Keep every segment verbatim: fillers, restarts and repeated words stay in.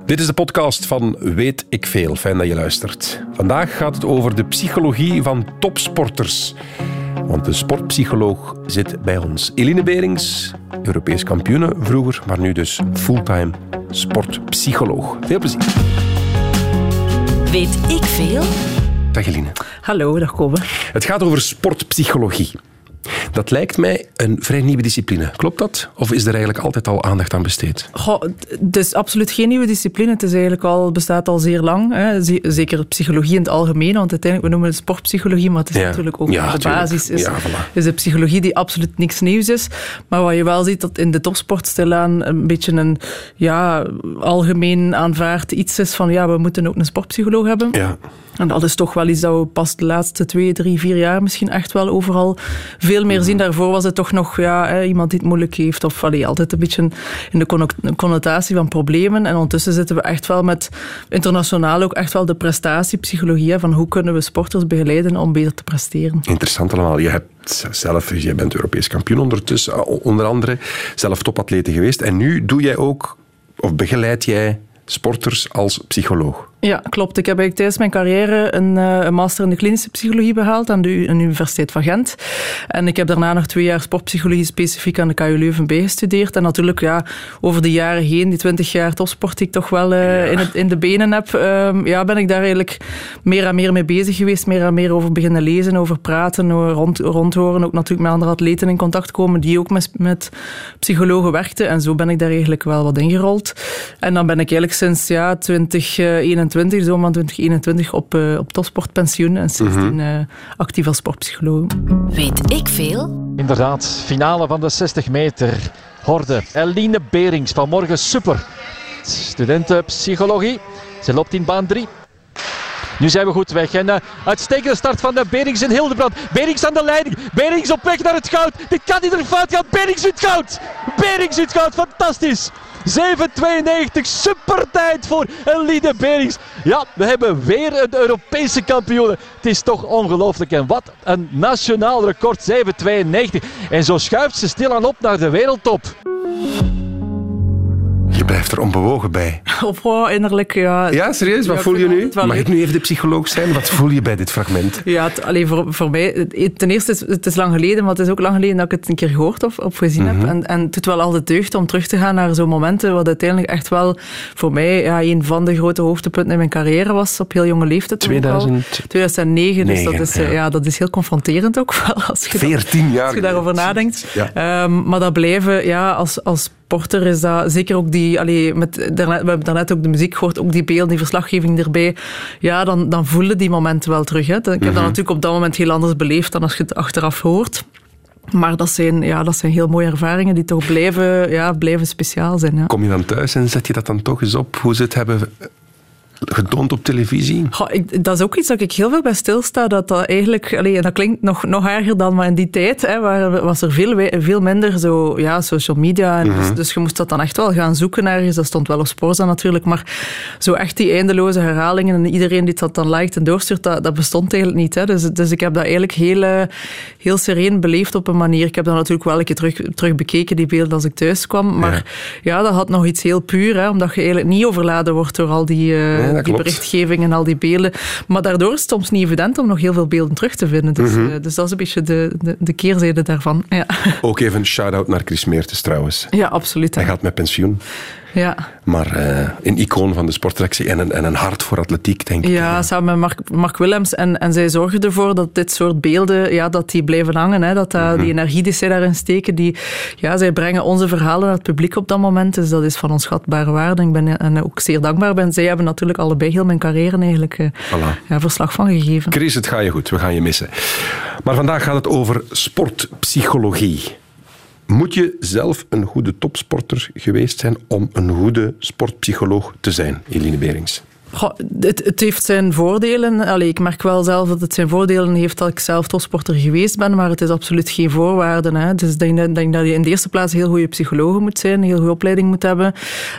Dit is de podcast van Weet ik Veel. Fijn dat je luistert. Vandaag gaat het over de psychologie van topsporters. Want de sportpsycholoog zit bij ons. Eline Berings, Europees kampioene vroeger, maar nu dus fulltime sportpsycholoog. Veel plezier. Weet ik Veel? Dag Eline. Hallo, dag Kobe. Het gaat over sportpsychologie. Dat lijkt mij een vrij nieuwe discipline. Klopt dat? Of is er eigenlijk altijd al aandacht aan besteed? Goh, het is absoluut geen nieuwe discipline. Het is eigenlijk al, bestaat al zeer lang. Hè. Zeker psychologie in het algemeen, want uiteindelijk we noemen het sportpsychologie, maar het is ja. natuurlijk ook ja, de tuurlijk. basis. Is, ja, voilà. is de psychologie die absoluut niks nieuws is. Maar wat je wel ziet, dat in de topsport stilaan een beetje een ja, algemeen aanvaard iets is van ja, we moeten ook een sportpsycholoog hebben. Ja. En dat is toch wel iets dat we pas de laatste twee, drie, vier jaar misschien echt wel overal veel meer zien. Daarvoor was het toch nog ja, iemand die het moeilijk heeft. Of allee, altijd een beetje in de connotatie van problemen. En ondertussen zitten we echt wel met internationaal ook echt wel de prestatiepsychologie. Van hoe kunnen we sporters begeleiden om beter te presteren. Interessant allemaal. Je hebt zelf, je bent Europees kampioen ondertussen, onder andere. Zelf topatlete geweest. En nu doe jij ook, of begeleid jij sporters als psycholoog. Ja, klopt. Ik heb eigenlijk tijdens mijn carrière een, een master in de klinische psychologie behaald aan de Universiteit van Gent. En ik heb daarna nog twee jaar sportpsychologie specifiek aan de K U Leuven bijgestudeerd. En natuurlijk, ja, over de jaren heen, die twintig jaar topsport die ik toch wel uh, ja. in, het, in de benen heb, uh, ja, ben ik daar eigenlijk meer en meer mee bezig geweest. Meer en meer over beginnen lezen, over praten, rond, rondhoren. Ook natuurlijk met andere atleten in contact komen die ook met, met psychologen werkten. En zo ben ik daar eigenlijk wel wat ingerold. En dan ben ik eigenlijk sinds ja, twintig eenentwintig zomer van twintig eenentwintig op, uh, op topsportpensioen en sindsdien uh, actief als sportpsycholoog. Weet ik veel? Inderdaad, finale van de zestig meter horde. Eline Berings, vanmorgen super. Studentenpsychologie. Ze loopt in baan drie. Nu zijn we goed weg. En uh, uitstekende start van de Berings en Hildebrand. Berings aan de leiding. Berings op weg naar het goud. Dit kan niet er fout gaan. Berings wint goud. Berings wint goud. Fantastisch. zeven tweeënnegentig, super tijd voor Eline Berings. Ja, we hebben weer een Europese kampioen. Het is toch ongelooflijk. En wat een nationaal record, zeven tweeënnegentig. En zo schuift ze stilaan op naar de wereldtop. Je blijft er onbewogen bij. Of oh, innerlijk, ja. Ja, serieus? Wat ja, voel je nu? Mag leuk. ik nu even de psycholoog zijn? Wat voel je bij dit fragment? Ja, het, allee, voor, voor mij... Ten eerste, is, het is lang geleden, maar het is ook lang geleden dat ik het een keer gehoord of, of gezien mm-hmm. heb. En, en het doet wel altijd deugd om terug te gaan naar zo'n momenten wat uiteindelijk echt wel voor mij ja, een van de grote hoogtepunten in mijn carrière was, op heel jonge leeftijd. tweeduizend tweeduizend negen, dus dat is, ja. Ja, dat is heel confronterend ook wel. Als je veertien dat, jaar. Als je daarover nadenkt. Ja. Um, maar dat blijven, ja, als... als sporter is dat zeker ook die, allee, met, daarnet, we hebben daarnet ook de muziek gehoord, ook die beelden, die verslaggeving erbij. Ja, dan, dan voelen die momenten wel terug. Hè. Ik heb mm-hmm. dat natuurlijk op dat moment heel anders beleefd dan als je het achteraf hoort. Maar dat zijn, ja, dat zijn heel mooie ervaringen die toch blijven, ja, blijven speciaal zijn. Ja. Kom je dan thuis en zet je dat dan toch eens op, hoe ze het hebben getoond op televisie? Goh, ik, dat is ook iets dat ik heel veel bij stilsta. Dat dat eigenlijk, allee, dat klinkt nog, nog erger dan maar in die tijd. Hè, waar, was er veel, veel minder zo, ja, social media. En mm-hmm. dus, dus je moest dat dan echt wel gaan zoeken ergens. Dat stond wel op Sporza natuurlijk. Maar zo echt die eindeloze herhalingen en iedereen die dat dan liked en doorstuurt, dat, dat bestond eigenlijk niet. Hè. Dus, dus ik heb dat eigenlijk heel, heel sereen beleefd op een manier. Ik heb dat natuurlijk wel een keer terug, terug bekeken, die beelden als ik thuis kwam. Maar ja, ja dat had nog iets heel puur. Hè, omdat je eigenlijk niet overladen wordt door al die... Uh, Ja, die klopt. berichtgeving en al die beelden. Maar daardoor is het soms niet evident om nog heel veel beelden terug te vinden. Dus, mm-hmm. uh, dus dat is een beetje de, de, de keerzijde daarvan. Ja. Ook even een shout-out naar Chris Meertens trouwens. Ja, absoluut. Hij gaat met pensioen. Ja. Maar uh, een icoon van de sportredactie en een, en een hart voor atletiek, denk ik. Ja, samen met Mark, Mark Willems. En, en zij zorgen ervoor dat dit soort beelden, ja, dat die blijven hangen. Hè, dat uh, mm-hmm. die energie die zij daarin steken, die, ja, zij brengen onze verhalen naar het publiek op dat moment. Dus dat is van onschatbare waarde. Ik ben en ook zeer dankbaar ben. Zij hebben natuurlijk allebei heel mijn carrière eigenlijk uh, voilà. ja, verslag van gegeven. Chris, het gaat je goed. We gaan je missen. Maar vandaag gaat het over sportpsychologie. Moet je zelf een goede topsporter geweest zijn om een goede sportpsycholoog te zijn, Eline Berings? Goh, het, het heeft zijn voordelen. Allee, ik merk wel zelf dat het zijn voordelen heeft dat ik zelf topsporter geweest ben, maar het is absoluut geen voorwaarde. Hè. Dus ik denk, denk dat je in de eerste plaats een heel goede psycholoog moet zijn, een heel goede opleiding moet hebben,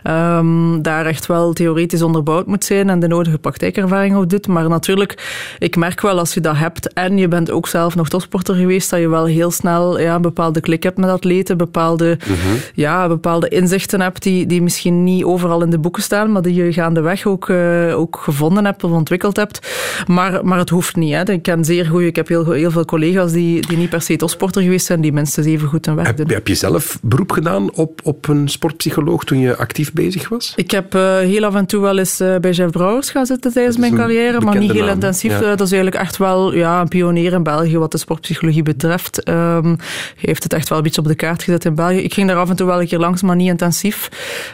um, daar echt wel theoretisch onderbouwd moet zijn en de nodige praktijkervaring op doet. Maar natuurlijk, ik merk wel als je dat hebt en je bent ook zelf nog topsporter geweest, dat je wel heel snel ja, een bepaalde klik hebt met atleten, bepaalde, mm-hmm. ja, bepaalde inzichten hebt die, die misschien niet overal in de boeken staan, maar die je gaandeweg ook, uh, ook gevonden hebt of ontwikkeld hebt. Maar, maar het hoeft niet. Hè. Ik ken zeer goed, ik heb heel, heel veel collega's die, die niet per se topsporter geweest zijn, die minstens even goed hun werk doen. Heb, heb je zelf beroep gedaan op, op een sportpsycholoog toen je actief bezig was? Ik heb uh, heel af en toe wel eens uh, bij Jeff Brouwers gaan zitten tijdens mijn carrière, maar niet heel naam. intensief. Ja. Dat is eigenlijk echt wel ja, een pionier in België wat de sportpsychologie betreft. Um, hij heeft het echt wel een beetje op de kaart gezet in België. Ik ging daar af en toe wel een keer langs, maar niet intensief.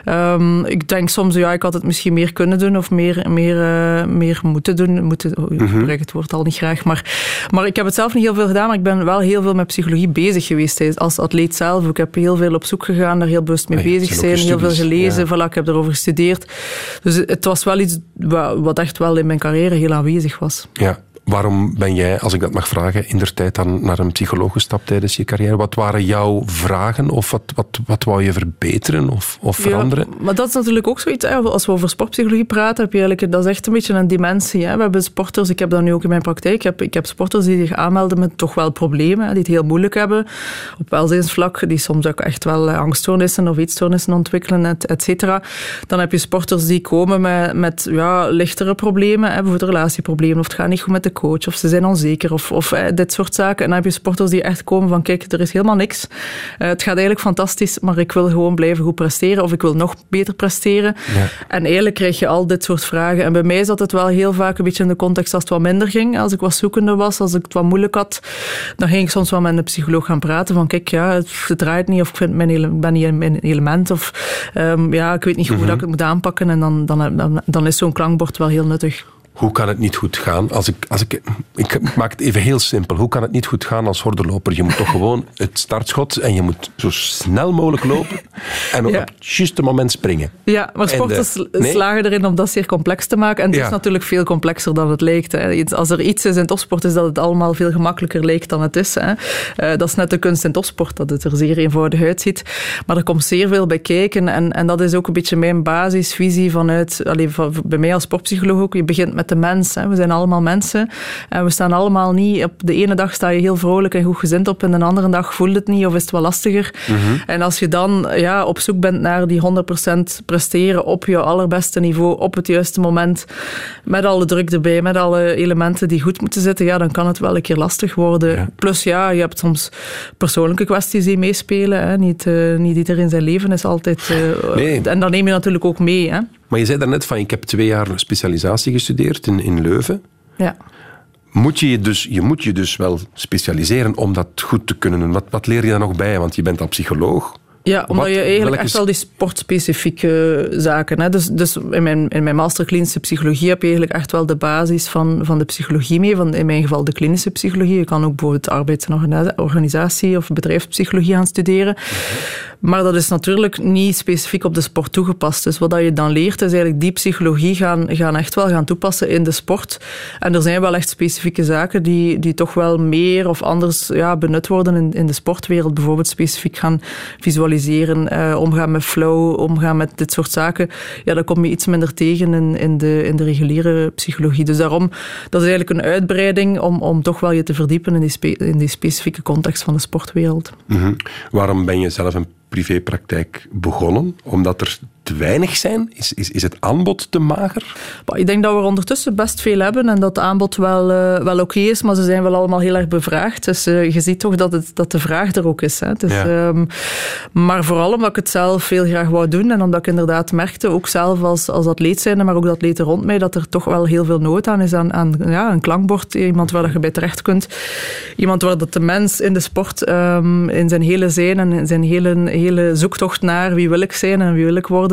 Um, ik denk soms, ja, ik had het misschien meer kunnen doen of meer, meer, uh, meer moeten doen. Moeten, oh, ik mm-hmm. gebruik het woord al niet graag, maar, maar ik heb het zelf niet heel veel gedaan, maar ik ben wel heel veel met psychologie bezig geweest als atleet zelf. Ik heb heel veel op zoek gegaan, daar heel bewust mee oh ja, bezig zijn, heel veel gelezen, ja. voilà, ik heb erover gestudeerd. Dus het was wel iets wat echt wel in mijn carrière heel aanwezig was. Ja. Waarom ben jij, als ik dat mag vragen, indertijd dan naar een psycholoog gestapt tijdens je carrière? Wat waren jouw vragen of wat, wat, wat wou je verbeteren of, of veranderen? Ja, maar dat is natuurlijk ook zoiets. Hè. Als we over sportpsychologie praten, heb je eigenlijk, dat is echt een beetje een dimensie. Hè. We hebben sporters, ik heb dat nu ook in mijn praktijk, ik heb, ik heb sporters die zich aanmelden met toch wel problemen, hè, die het heel moeilijk hebben op welzijnsvlak, die soms ook echt wel angststoornissen of eetstoornissen ontwikkelen, et, et cetera. Dan heb je sporters die komen met, met ja, lichtere problemen, hè, bijvoorbeeld relatieproblemen of het gaat niet goed met de coach, of ze zijn onzeker, of, of eh, dit soort zaken. En dan heb je sporters die echt komen van, kijk, er is helemaal niks. Uh, het gaat eigenlijk fantastisch, maar ik wil gewoon blijven goed presteren, of ik wil nog beter presteren. Ja. En eigenlijk krijg je al dit soort vragen. En bij mij zat het wel heel vaak een beetje in de context als het wat minder ging. Als ik wat zoekende was, als ik het wat moeilijk had, dan ging ik soms wel met een psycholoog gaan praten van, kijk, ja, het, het draait niet, of ik vind mijn ele- ben niet in mijn element, of um, ja, ik weet niet goed mm-hmm. hoe dat ik het moet aanpakken. En dan, dan, dan, dan is zo'n klankbord wel heel nuttig. Hoe kan het niet goed gaan? Als ik, als ik, ik maak het even heel simpel. Hoe kan het niet goed gaan als hordenloper? Je moet toch gewoon het startschot en je moet zo snel mogelijk lopen en op ja. het juiste moment springen. Ja, maar sporters de, nee? slagen erin om dat zeer complex te maken. En het ja. is natuurlijk veel complexer dan het lijkt. Hè. Als er iets is in topsport, is dat het allemaal veel gemakkelijker lijkt dan het is. Hè. Uh, dat is net de kunst in topsport, dat het er zeer eenvoudig uitziet. Maar er komt zeer veel bij kijken. En, en dat is ook een beetje mijn basisvisie vanuit, allez, van, bij mij als sportpsycholoog ook. Je begint met de mens. Hè. We zijn allemaal mensen. En we staan allemaal niet... Op de ene dag sta je heel vrolijk en goed gezind op en de andere dag voelt het niet of is het wel lastiger. Mm-hmm. En als je dan ja, op zoek bent naar die honderd procent presteren op je allerbeste niveau, op het juiste moment, met alle druk erbij, met alle elementen die goed moeten zitten, ja, dan kan het wel een keer lastig worden. Ja. Plus, ja, je hebt soms persoonlijke kwesties die meespelen. Hè. Niet, uh, niet iedereen zijn leven is altijd... Uh, nee. En dat neem je natuurlijk ook mee, hè. Maar je zei daarnet van, ik heb twee jaar specialisatie gestudeerd in, in Leuven. Ja. Moet je, je, dus, je moet je dus wel specialiseren om dat goed te kunnen doen. Wat, wat leer je daar nog bij? Want je bent al psycholoog. Ja, omdat Wat, je eigenlijk welke... echt wel die sportspecifieke zaken... Hè. Dus, dus in, mijn, in mijn master klinische psychologie heb je eigenlijk echt wel de basis van, van de psychologie mee. Van, in mijn geval de klinische psychologie. Je kan ook bijvoorbeeld arbeids- en organisatie of bedrijfspsychologie gaan studeren. Mm-hmm. Maar dat is natuurlijk niet specifiek op de sport toegepast. Dus wat je dan leert, is eigenlijk die psychologie gaan, gaan echt wel gaan toepassen in de sport. En er zijn wel echt specifieke zaken die, die toch wel meer of anders ja, benut worden in, in de sportwereld. Bijvoorbeeld specifiek gaan visualiseren, uh, omgaan met flow, omgaan met dit soort zaken. Ja, daar kom je iets minder tegen in, in, de, in de reguliere psychologie. Dus daarom, dat is eigenlijk een uitbreiding om, om toch wel je te verdiepen in die, spe, in die specifieke context van de sportwereld. Mm-hmm. Waarom ben je zelf een privépraktijk begonnen? Omdat er te weinig zijn? Is, is, is het aanbod te mager? Ik denk dat we er ondertussen best veel hebben en dat het aanbod wel, uh, wel oké is, maar ze zijn wel allemaal heel erg bevraagd. Dus uh, je ziet toch dat, het, dat de vraag er ook is. Hè. Dus, ja. um, maar vooral omdat ik het zelf heel graag wou doen en omdat ik inderdaad merkte, ook zelf als, als atleet zijnde, maar ook de atleten rond mij, dat er toch wel heel veel nood aan is aan, aan ja, een klankbord. Iemand waar je bij terecht kunt. Iemand waar dat de mens in de sport um, in zijn hele zijn en in zijn hele, hele zoektocht naar wie wil ik zijn en wie wil ik worden,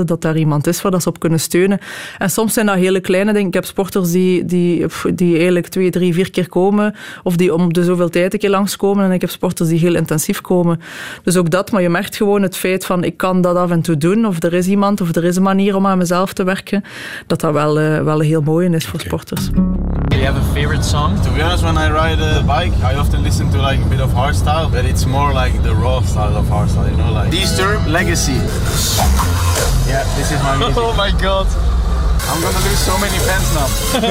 weten dat daar iemand is waar dat ze op kunnen steunen. En soms zijn dat hele kleine dingen. Ik heb sporters die, die, die eigenlijk twee, drie, vier keer komen, of die om de zoveel tijd een keer langskomen. En ik heb sporters die heel intensief komen. Dus ook dat, maar je merkt gewoon het feit van ik kan dat af en toe doen, of er is iemand, of er is een manier om aan mezelf te werken, dat dat wel, uh, wel heel mooi is voor okay. sporters. Do you have a favorite song? To be honest, when I ride a bike, I often listen to like a bit of hardstyle, but it's more like the raw style of hardstyle, you know, like Disturbed, Legacy. Yeah, this is my music. Oh my god. I'm gonna lose so many fans now.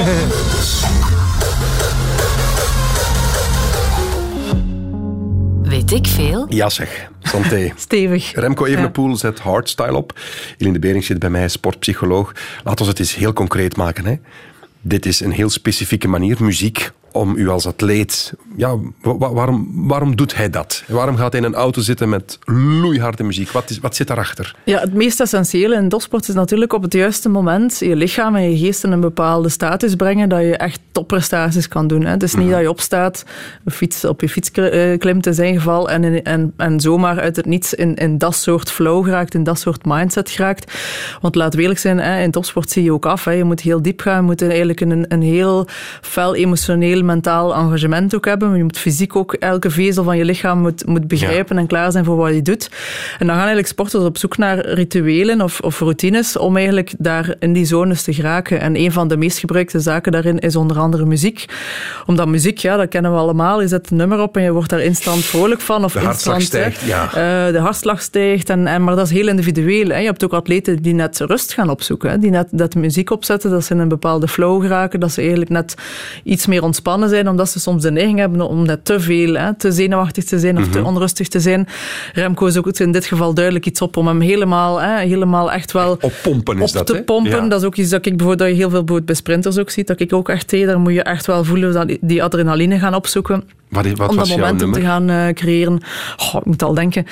Weet ik veel? Ja zeg, santé. Stevig. Remco Evenepoel ja. zet hardstyle op. Eline de Berings zit bij mij, sportpsycholoog. Laten we het eens heel concreet maken, hè. Dit is een heel specifieke manier, muziek, om u als atleet... Ja, wa- waarom, waarom doet hij dat? Waarom gaat hij in een auto zitten met loeiharde muziek? Wat, is, wat zit daarachter? Ja, het meest essentiële in topsport is natuurlijk op het juiste moment je lichaam en je geest in een bepaalde status brengen dat je echt topprestaties kan doen. Hè. Het is niet mm-hmm. dat je opstaat, fiets, op je fiets klimt in zijn geval en, en, en zomaar uit het niets in, in dat soort flow geraakt, in dat soort mindset geraakt. Want laat eerlijk zijn, hè, in topsport zie je ook af. Hè. Je moet heel diep gaan, je moet eigenlijk een, een heel fel emotioneel, mentaal engagement ook hebben. Je moet fysiek ook elke vezel van je lichaam moet, moet begrijpen ja. en klaar zijn voor wat je doet. En dan gaan eigenlijk sporters op zoek naar rituelen of, of routines om eigenlijk daar in die zones te geraken. En een van de meest gebruikte zaken daarin is onder andere muziek. Omdat muziek, ja, dat kennen we allemaal. Je zet een nummer op en je wordt daar instant vrolijk van. Of de hartslag stijgt, ja. Uh, de hartslag stijgt. En, en, maar dat is heel individueel. Hè. Je hebt ook atleten die net rust gaan opzoeken. Hè. Die net dat muziek opzetten, dat ze in een bepaalde flow geraken. Dat ze eigenlijk net iets meer ontspannen zijn, omdat ze soms de neiging hebben om net te veel, hè, te zenuwachtig te zijn of mm-hmm. te onrustig te zijn. Remco is ook in dit geval duidelijk iets op om hem helemaal, hè, helemaal echt wel op pompen is op dat, te hè? pompen. Ja. Dat is ook iets dat ik bijvoorbeeld dat je heel veel bij sprinters ook ziet, dat ik ook echt tegen, daar moet je echt wel voelen dat die adrenaline gaan opzoeken. Wat, wat om dat momentum te gaan uh, creëren. Oh, ik moet al denken.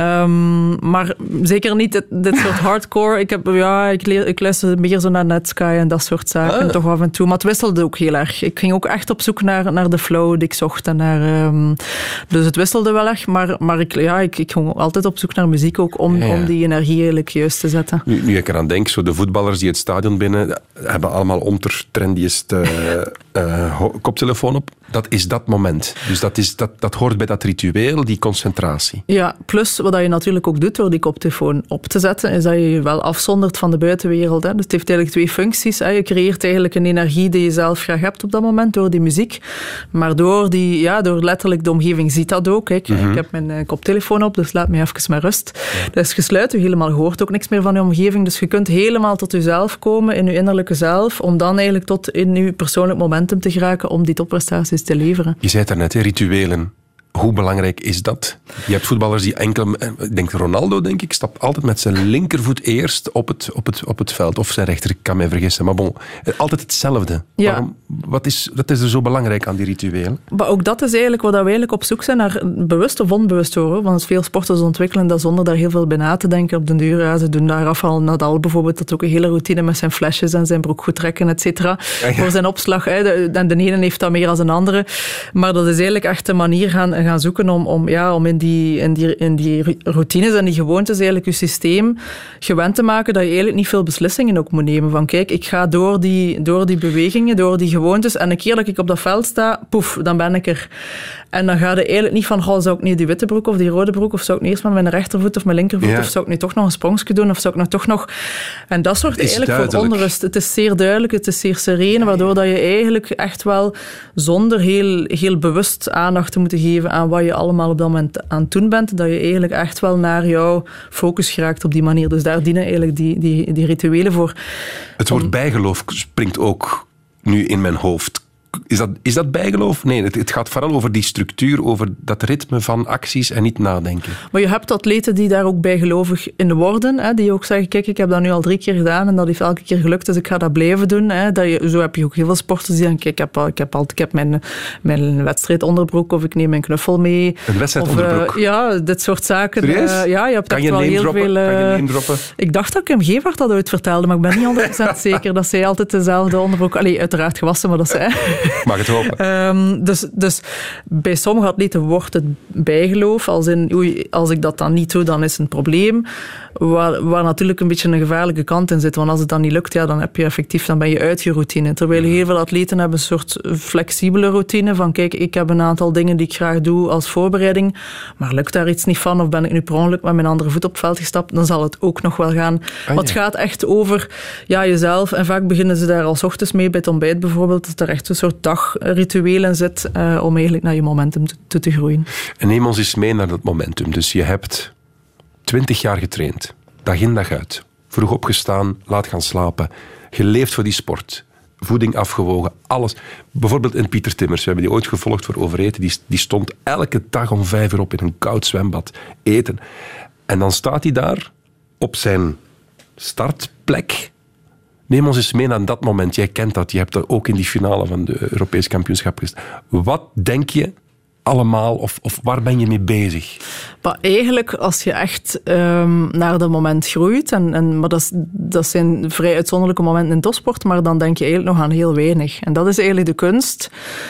Um, maar zeker niet dit, dit soort hardcore. Ik, heb, ja, ik, leer, ik luister meer zo naar Netsky en dat soort zaken. Ah. Toch af en toe. Maar het wisselde ook heel erg. Ik ging ook echt op zoek naar, naar de flow die ik zocht. En naar, um, dus het wisselde wel erg. Maar, maar ik, ja, ik, ik ging altijd op zoek naar muziek ook om, ja, ja. om die energie eigenlijk juist te zetten. Nu, nu ik eraan denk, zo de voetballers die het stadion binnen hebben allemaal om ter trendiest uh, uh, koptelefoon op. Dat is dat moment. Dus dat, is, dat, dat hoort bij dat ritueel, die concentratie. Ja, plus wat je natuurlijk ook doet door die koptelefoon op te zetten, is dat je je wel afzondert van de buitenwereld. Hè. Dus het heeft eigenlijk twee functies. Hè. Je creëert eigenlijk een energie die je zelf graag hebt op dat moment, door die muziek. Maar door, die, ja, door letterlijk de omgeving ziet dat ook. Kijk, mm-hmm. ik heb mijn uh, koptelefoon op, dus laat me even met rust. Ja. Dat is gesluiten, je helemaal hoort ook niks meer van je omgeving. Dus je kunt helemaal tot jezelf komen, in je innerlijke zelf, om dan eigenlijk tot in je persoonlijk momentum te geraken, om die topprestaties te leveren. Je zei het daarnet, hè, rituelen. Hoe belangrijk is dat? Je hebt voetballers die enkel... Ik denk Ronaldo, denk ik, stapt altijd met zijn linkervoet eerst op het, op het, op het veld. Of zijn rechter, ik kan mij vergissen. Maar bon, altijd hetzelfde. Ja. Waarom, wat, is, wat is er zo belangrijk aan die rituelen? Maar ook dat is eigenlijk wat we eigenlijk op zoek zijn naar bewust of onbewust hoor. Want veel sporters ontwikkelen dat zonder daar heel veel bij na te denken op den duur. Ja, ze doen daar Rafael Nadal bijvoorbeeld, dat ook een hele routine met zijn flesjes en zijn broek goed trekken, et cetera. Ja, ja. Voor zijn opslag. Hè. De, en de ene heeft dat meer dan een andere. Maar dat is eigenlijk echt een manier gaan... gaan zoeken om, om, ja, om in, die, in, die, in die routines en die gewoontes eigenlijk je systeem gewend te maken dat je eigenlijk niet veel beslissingen ook moet nemen. Van kijk, ik ga door die, door die bewegingen, door die gewoontes en een keer dat ik op dat veld sta, poef, dan ben ik er. En dan ga je eigenlijk niet van, oh, zou ik nu die witte broek of die rode broek of zou ik nu eerst met mijn rechtervoet of mijn linkervoet ja. of zou ik nu toch nog een sprongje doen of zou ik nou toch nog... En dat zorgt eigenlijk duidelijk voor onrust. Het is zeer duidelijk, het is zeer sereen, waardoor dat je eigenlijk echt wel zonder heel, heel bewust aandacht te moeten geven aan wat je allemaal op dat moment aan het doen bent, dat je eigenlijk echt wel naar jouw focus geraakt op die manier. Dus daar dienen eigenlijk die, die, die rituelen voor. Het woord bijgeloof springt ook nu in mijn hoofd. Is dat, is dat bijgeloof? Nee, het, het gaat vooral over die structuur, over dat ritme van acties en niet nadenken. Maar je hebt atleten die daar ook bijgelovig in worden, hè, die ook zeggen, kijk, ik heb dat nu al drie keer gedaan en dat heeft elke keer gelukt, dus ik ga dat blijven doen. Hè. Dat je, zo heb je ook heel veel sporters die zeggen, kijk, ik heb, ik heb, altijd, ik heb mijn, mijn wedstrijdonderbroek of ik neem mijn knuffel mee. Een wedstrijdonderbroek? Of, uh, ja, dit soort zaken. Uh, ja, je hebt kan je wel heel droppen? veel... Uh, kan je name droppen? Ik dacht dat Kim Gevaert dat ooit vertelde, maar ik ben niet honderd procent zeker dat zij altijd dezelfde onderbroek... Allee, uiteraard gewassen, maar dat zij... Mag het hopen. Um, dus, dus bij sommige atleten wordt het bijgeloof. Als in, oei, als ik dat dan niet doe, dan is het een probleem. waar, waar natuurlijk een beetje een gevaarlijke kant in zit. Want als het dan niet lukt, ja, dan heb je effectief, dan ben je uit je routine. Terwijl heel veel atleten hebben een soort flexibele routine van kijk, ik heb een aantal dingen die ik graag doe als voorbereiding, maar lukt daar iets niet van of ben ik nu per ongeluk met mijn andere voet op het veld gestapt, dan zal het ook nog wel gaan. Ah, Wat ja. gaat echt over ja, jezelf en vaak beginnen ze daar al 's ochtends mee bij het ontbijt bijvoorbeeld, dat er echt een soort dagritueel in zit uh, om eigenlijk naar je momentum toe te groeien. En neem ons eens mee naar dat momentum. Dus je hebt twintig jaar getraind, dag in dag uit, vroeg opgestaan, laat gaan slapen, geleefd voor die sport, voeding afgewogen, alles. Bijvoorbeeld in Pieter Timmers, we hebben die ooit gevolgd voor Overeten, die, die stond elke dag om vijf uur op in een koud zwembad, eten. En dan staat hij daar op zijn startplek. Neem ons eens mee naar dat moment. Jij kent dat, je hebt er ook in die finale van de Europese kampioenschap gestaan. Wat denk je allemaal, of, of waar ben je mee bezig? Maar eigenlijk, als je echt um, naar dat moment groeit, en, en, maar dat, is, dat zijn vrij uitzonderlijke momenten in topsport, maar dan denk je eigenlijk nog aan heel weinig. En dat is eigenlijk de kunst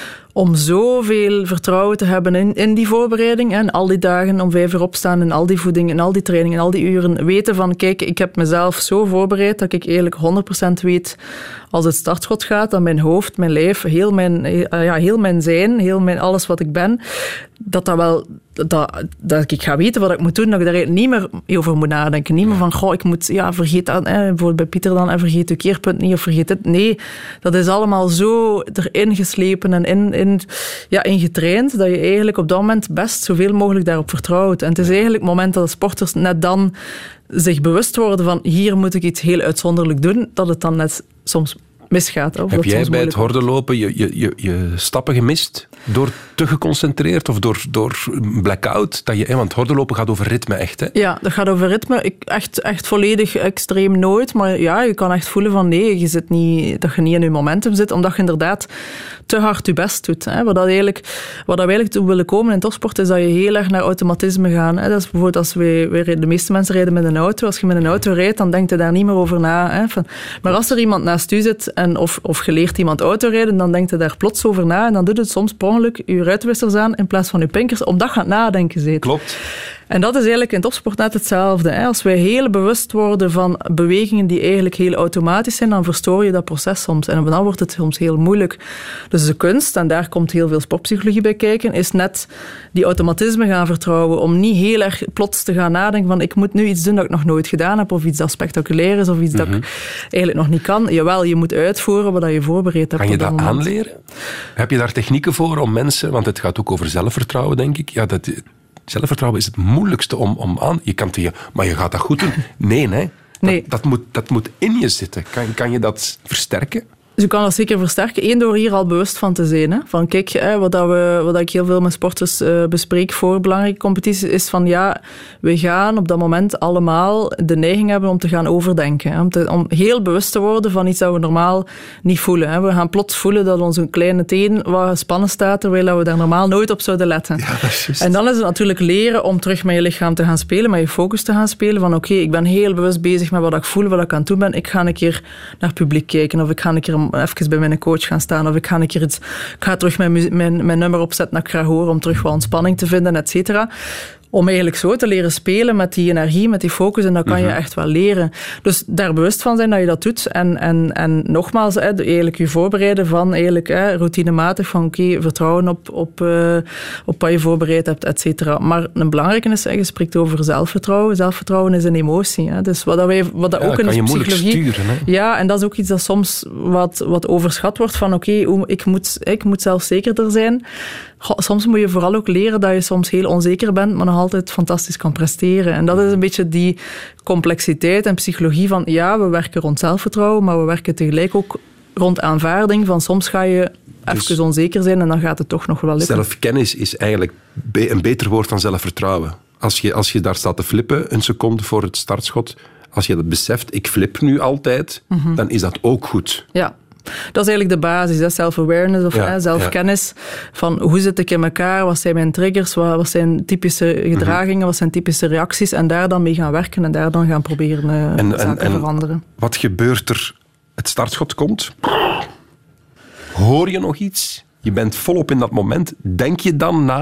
om zoveel vertrouwen te hebben in, in die voorbereiding. En al die dagen om vijf uur opstaan en al die voeding en al die training en al die uren. Weten van, kijk, ik heb mezelf zo voorbereid dat ik eigenlijk honderd procent weet als het startschot gaat, dat mijn hoofd, mijn lijf, heel mijn, ja, heel mijn zijn, heel mijn, alles wat ik ben, dat dat wel... Dat, dat ik ga weten wat ik moet doen, dat ik daar niet meer over moet nadenken. Niet meer van, goh, ik moet, ja, vergeet dat, hè, bijvoorbeeld bij Pieter dan, en vergeet je keerpunt niet, of vergeet het. Nee, dat is allemaal zo erin geslepen en in, in, ja, ingetraind, dat je eigenlijk op dat moment best zoveel mogelijk daarop vertrouwt. En het is eigenlijk het moment dat de sporters net dan zich bewust worden van, hier moet ik iets heel uitzonderlijk doen, dat het dan net soms misgaat. Of Heb dat jij bij het hordenlopen je, je, je, je stappen gemist? Door te geconcentreerd of door, door blackout? Dat je, want hordenlopen gaat over ritme echt, hè? Ja, dat gaat over ritme. Ik, echt, echt volledig extreem nooit. Maar ja, je kan echt voelen van nee, je zit niet, dat je niet in je momentum zit, omdat je inderdaad te hard je best doet. Hè. Wat, dat eigenlijk, wat dat we eigenlijk toe willen komen in topsport, is dat je heel erg naar automatisme gaat. Hè. Dat is bijvoorbeeld als we, we, de meeste mensen rijden met een auto. Als je met een auto rijdt, dan denk je daar niet meer over na. Hè. Van, maar als er iemand naast u zit en of, of je leert iemand autorijden, dan denk je daar plots over na en dan doet het soms per ongeluk je ruitwissers aan in plaats van je pinkers, omdat je aan het nadenken zit. Klopt. En dat is eigenlijk in topsport net hetzelfde. Hè. Als wij heel bewust worden van bewegingen die eigenlijk heel automatisch zijn, dan verstoor je dat proces soms. En dan wordt het soms heel moeilijk. Dus de kunst, en daar komt heel veel sportpsychologie bij kijken, is net die automatisme gaan vertrouwen, om niet heel erg plots te gaan nadenken van ik moet nu iets doen dat ik nog nooit gedaan heb, of iets dat spectaculair is, of iets mm-hmm. dat ik eigenlijk nog niet kan. Jawel, je moet uitvoeren wat je voorbereid hebt. Kan je dat, dat aanleren? Heb je daar technieken voor om mensen, want het gaat ook over zelfvertrouwen, denk ik, ja, dat... Zelfvertrouwen is het moeilijkste om, om aan... Je kan tegen, maar je gaat dat goed doen. Nee, nee. Dat, nee. dat, moet, dat moet in je zitten. Kan, kan je dat versterken? Dus je kan dat zeker versterken. Eén, door hier al bewust van te zijn. Hè. Van kijk, hè, wat, dat we, wat ik heel veel met sporters uh, bespreek voor belangrijke competities, is van ja, we gaan op dat moment allemaal de neiging hebben om te gaan overdenken. Hè. Om, te, om heel bewust te worden van iets dat we normaal niet voelen. Hè. We gaan plots voelen dat onze kleine teen wat gespannen staat, terwijl we daar normaal nooit op zouden letten. Ja, dat is juist. En dan is het natuurlijk leren om terug met je lichaam te gaan spelen, met je focus te gaan spelen. Van oké, okay, ik ben heel bewust bezig met wat ik voel, wat ik aan het doen ben. Ik ga een keer naar het publiek kijken, of ik ga een keer even bij mijn coach gaan staan, of ik ga een keer iets, ik ga terug mijn, mijn, mijn nummer opzetten dat ik graag hoor, om terug wat ontspanning te vinden, et cetera. Om eigenlijk zo te leren spelen met die energie, met die focus, en dat kan mm-hmm. je echt wel leren. Dus daar bewust van zijn dat je dat doet, en, en, en nogmaals, hè, eigenlijk je voorbereiden van eigenlijk hè, routinematig van oké, okay, vertrouwen op, op, uh, op wat je voorbereid hebt, et cetera. Maar een belangrijke is, hè, je spreekt over zelfvertrouwen. Zelfvertrouwen is een emotie. Hè. Dus wat, dat wij, wat dat ja, ook in de psychologie... Sturen, hè? Ja, en dat is ook iets dat soms wat, wat overschat wordt van oké, okay, ik, moet, ik moet zelfzekerder zijn. Soms moet je vooral ook leren dat je soms heel onzeker bent, maar nog altijd fantastisch kan presteren. En dat is een beetje die complexiteit en psychologie van ja, we werken rond zelfvertrouwen, maar we werken tegelijk ook rond aanvaarding van soms ga je dus even onzeker zijn en dan gaat het toch nog wel lukken. Zelfkennis is eigenlijk een beter woord dan zelfvertrouwen. Als je, als je daar staat te flippen, een seconde voor het startschot, als je dat beseft, ik flip nu altijd, mm-hmm. dan is dat ook goed. Ja. Dat is eigenlijk de basis, self-awareness of ja, hè, zelfkennis. Ja. Van hoe zit ik in elkaar, wat zijn mijn triggers, wat, wat zijn typische gedragingen, mm-hmm. wat zijn typische reacties, en daar dan mee gaan werken en daar dan gaan proberen uh, en, zaken en, te veranderen. Wat gebeurt er? Het startschot komt. Hoor je nog iets? Je bent volop in dat moment. Denk je dan na?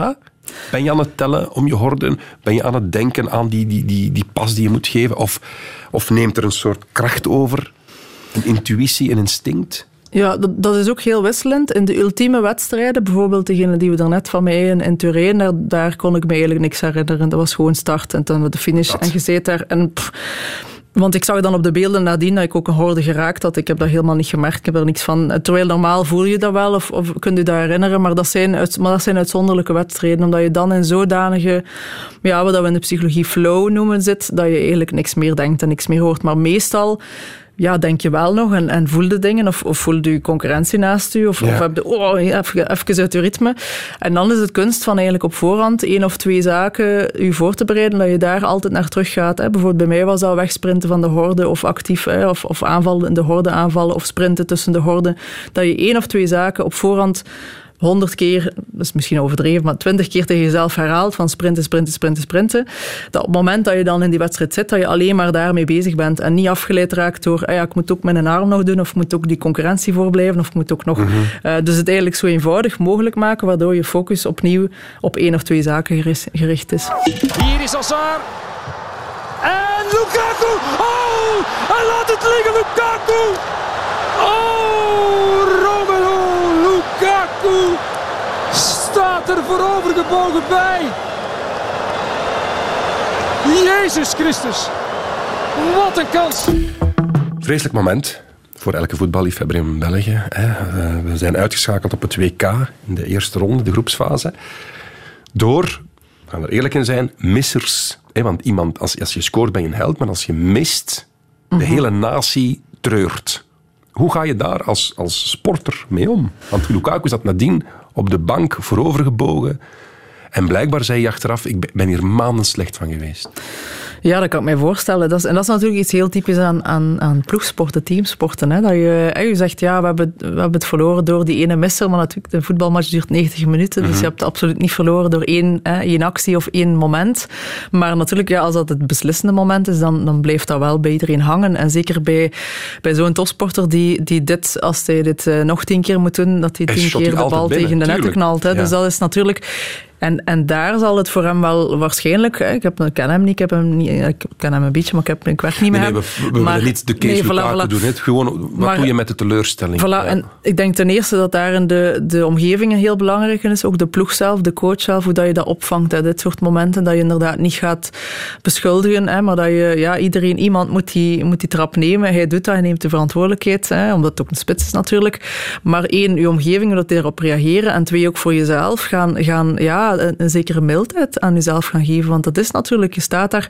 Ben je aan het tellen om je horden? Ben je aan het denken aan die, die, die, die pas die je moet geven? Of, of neemt er een soort kracht over? Een intuïtie, een instinct? Ja, dat, dat is ook heel wisselend. In de ultieme wedstrijden, bijvoorbeeld degene die we daarnet van mij in, in Turijn, daar, daar kon ik me eigenlijk niks herinneren. Dat was gewoon start en dan de finish. Dat. En je zit daar en... Pff, want ik zag dan op de beelden nadien dat ik ook een horde geraakt had. Ik heb dat helemaal niet gemerkt. Ik heb er niks van. Terwijl normaal voel je dat wel of, of kun je dat herinneren. Maar dat zijn, uit, maar dat zijn uitzonderlijke wedstrijden. Omdat je dan in zodanige, ja, wat we in de psychologie flow noemen, zit, dat je eigenlijk niks meer denkt en niks meer hoort. Maar meestal... Ja, denk je wel nog en, en voel de dingen of, of voel je concurrentie naast je of, ja. of heb je oh, even, even uit je ritme. En dan is het kunst van eigenlijk op voorhand één of twee zaken je voor te bereiden, dat je daar altijd naar terug gaat. Hè. Bijvoorbeeld bij mij was dat wegsprinten van de horde of actief hè, of, of aanvallen in de horde aanvallen of sprinten tussen de horden. Dat je één of twee zaken op voorhand honderd keer, dat is misschien overdreven, maar twintig keer tegen jezelf herhaalt van sprinten, sprinten, sprinten, sprinten. Dat op het moment dat je dan in die wedstrijd zit, dat je alleen maar daarmee bezig bent en niet afgeleid raakt door, ah ja, ik moet ook mijn arm nog doen, of ik moet ook die concurrentie voorblijven, of ik moet ook nog... Mm-hmm. Uh, dus het eigenlijk zo eenvoudig mogelijk maken, waardoor je focus opnieuw op één of twee zaken gericht is. Hier is Hazard. En Lukaku! Oh! Hij laat het liggen, Lukaku! Oh, Romelu Lukaku staat er voorovergebogen bij. Jezus Christus, wat een kans. Vreselijk moment voor elke voetballiefhebber in België. We zijn uitgeschakeld op het W K in de eerste ronde, de groepsfase. Door, we gaan er eerlijk in zijn, missers. Want iemand, als, als je scoort ben je een held, maar als je mist, de mm-hmm. hele natie treurt. Hoe ga je daar als, als sporter mee om? Want Lukaku zat nadien op de bank voorovergebogen. En blijkbaar zei hij achteraf, ik ben hier maanden slecht van geweest. Ja, dat kan ik mij voorstellen. Dat is, en dat is natuurlijk iets heel typisch aan, aan, aan ploegsporten, teamsporten. Hè? Dat je, je zegt, ja, we hebben, we hebben het verloren door die ene misser, maar natuurlijk, de voetbalmatch duurt negentig minuten, mm-hmm. dus je hebt het absoluut niet verloren door één, hè, één actie of één moment. Maar natuurlijk, ja, als dat het beslissende moment is, dan, dan blijft dat wel bij iedereen hangen. En zeker bij, bij zo'n topsporter die, die dit, als hij dit uh, nog tien keer moet doen, dat hij tien keer de bal binnen, tegen de netten knalt. Hè? Ja. Dus dat is natuurlijk... En, en daar zal het voor hem wel waarschijnlijk... Hè, ik, heb, ik ken hem niet, ik, heb hem niet, ik ken hem een beetje, maar ik, heb, ik werk niet nee, met nee, hem. We, we maar, willen niet de case nee, Lukaku voilà, voilà. doen. Hè. Gewoon, wat maar, doe je met de teleurstelling? Voilà, ja. En ik denk ten eerste dat daarin de, de omgeving heel belangrijk is. Ook de ploeg zelf, de coach zelf, hoe dat je dat opvangt. Hè, dit soort momenten, dat je inderdaad niet gaat beschuldigen. Hè, maar dat je, ja, iedereen, iemand moet die, moet die trap nemen. Hij doet dat, hij neemt de verantwoordelijkheid. Hè, omdat het ook een spits is natuurlijk. Maar één, je omgeving, hoe dat die erop reageren. En twee, ook voor jezelf gaan, gaan ja, een, een zekere mildheid aan jezelf gaan geven. Want dat is natuurlijk, je staat daar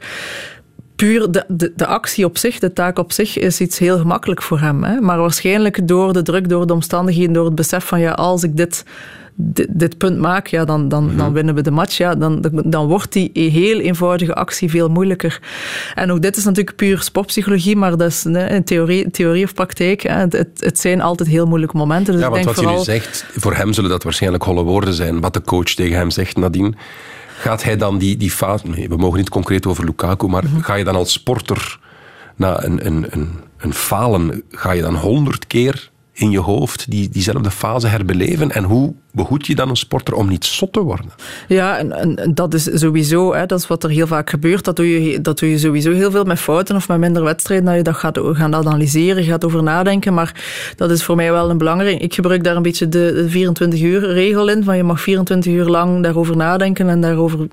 puur, de, de, de actie op zich, de taak op zich, is iets heel gemakkelijk voor hem. Hè? Maar waarschijnlijk door de druk, door de omstandigheden, door het besef van, ja, als ik dit... Dit, dit punt maak, ja, dan, dan, mm-hmm. dan winnen we de match. Ja, dan, dan wordt die heel eenvoudige actie veel moeilijker. En ook dit is natuurlijk puur sportpsychologie, maar dat is nee, theorie, theorie of praktijk. Hè. Het, het zijn altijd heel moeilijke momenten. Dus ja, ik want denk wat vooral... je nu zegt, voor hem zullen dat waarschijnlijk holle woorden zijn. Wat de coach tegen hem zegt nadien. Gaat hij dan die, die fase... Nee, we mogen niet concreet over Lukaku, maar mm-hmm. ga je dan als sporter na een, een, een, een falen, ga je dan honderd keer in je hoofd die, diezelfde fase herbeleven? En hoe behoed je dan een sporter om niet zot te worden? Ja, en, en dat is sowieso, hè, dat is wat er heel vaak gebeurt. Dat doe, je, dat doe je sowieso heel veel met fouten of met minder wedstrijden, dat je dat gaat gaan analyseren, gaat over nadenken. Maar dat is voor mij wel een belangrijk. Ik gebruik daar een beetje de, de vierentwintig uur regel in, van je mag vierentwintig uur lang daarover nadenken en daarover,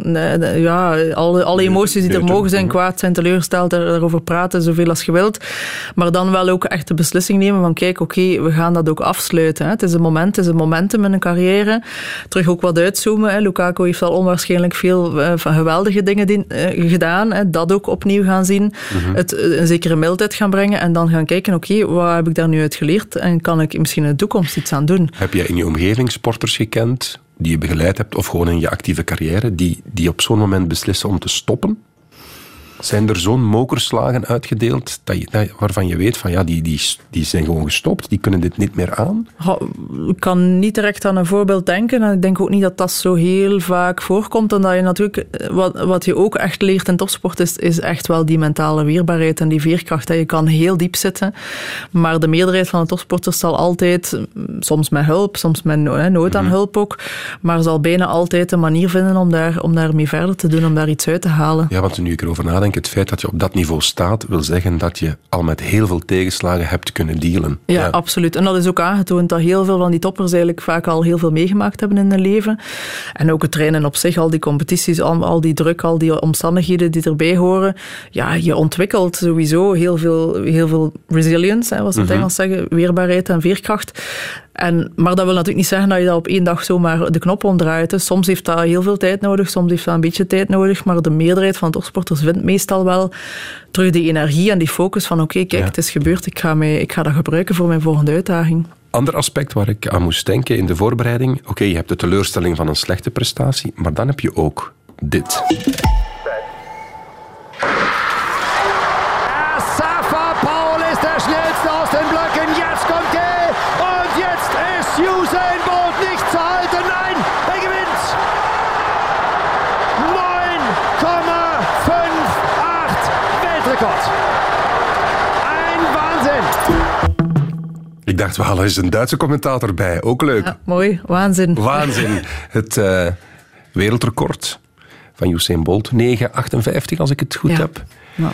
ja, alle, alle emoties die er mogen zijn, kwaad zijn, teleurgesteld, daarover praten, zoveel als je wilt. Maar dan wel ook echt de beslissing nemen van, kijk, oké, okay, we gaan dat ook afsluiten. Hè. Het is een moment, het is een momentum in een carrière. Terug ook wat uitzoomen. Hè. Lukaku heeft al onwaarschijnlijk veel uh, van geweldige dingen die, uh, gedaan. Hè. Dat ook opnieuw gaan zien. Mm-hmm. Het, uh, een zekere mildheid gaan brengen. En dan gaan kijken, oké, okay, wat heb ik daar nu uit geleerd? En kan ik misschien in de toekomst iets aan doen? Heb jij in je omgeving sporters gekend die je begeleid hebt, of gewoon in je actieve carrière, die, die op zo'n moment beslissen om te stoppen? Zijn er zo'n mokerslagen uitgedeeld dat je, dat, waarvan je weet van ja, die, die, die zijn gewoon gestopt, die kunnen dit niet meer aan? Ik kan niet direct aan een voorbeeld denken en ik denk ook niet dat dat zo heel vaak voorkomt. En dat je natuurlijk, wat, wat je ook echt leert in topsport is, is echt wel die mentale weerbaarheid en die veerkracht. Je kan heel diep zitten, maar de meerderheid van de topsporters zal altijd, soms met hulp, soms met nood aan hulp ook, maar zal bijna altijd een manier vinden om daar, om daarmee verder te doen, om daar iets uit te halen. Ja, want nu ik erover nadenk, het feit dat je op dat niveau staat, wil zeggen dat je al met heel veel tegenslagen hebt kunnen dealen. Ja, ja, absoluut. En dat is ook aangetoond dat heel veel van die toppers eigenlijk vaak al heel veel meegemaakt hebben in hun leven. En ook het trainen op zich, al die competities, al, al die druk, al die omstandigheden die erbij horen. Ja, je ontwikkelt sowieso heel veel, heel veel resilience, hè, wat ze in het Engels zeggen, weerbaarheid en veerkracht. En, maar dat wil natuurlijk niet zeggen dat je dat op één dag zomaar de knop omdraait. Dus soms heeft dat heel veel tijd nodig, soms heeft dat een beetje tijd nodig, maar de meerderheid van de topsporters vindt meestal wel terug die energie en die focus van oké, okay, kijk, ja. het is gebeurd, ik ga, mij, ik ga dat gebruiken voor mijn volgende uitdaging. Ander aspect waar ik aan moest denken in de voorbereiding, oké, okay, je hebt de teleurstelling van een slechte prestatie, maar dan heb je ook dit. Safa Paul is der schnellste aus den Blöcken, jetzt kommt er und jetzt ist Usain Bolt nicht zu halten, nein, er gewinnt! neun komma acht Weltrekord! Ein Wahnsinn! Ik dacht, we halen eens een Duitse commentator bij, ook leuk. Ja, mooi, waanzin. Waanzin. Het uh, wereldrecord van Usain Bolt, negen achtenvijftig als ik het goed ja. heb. Ja.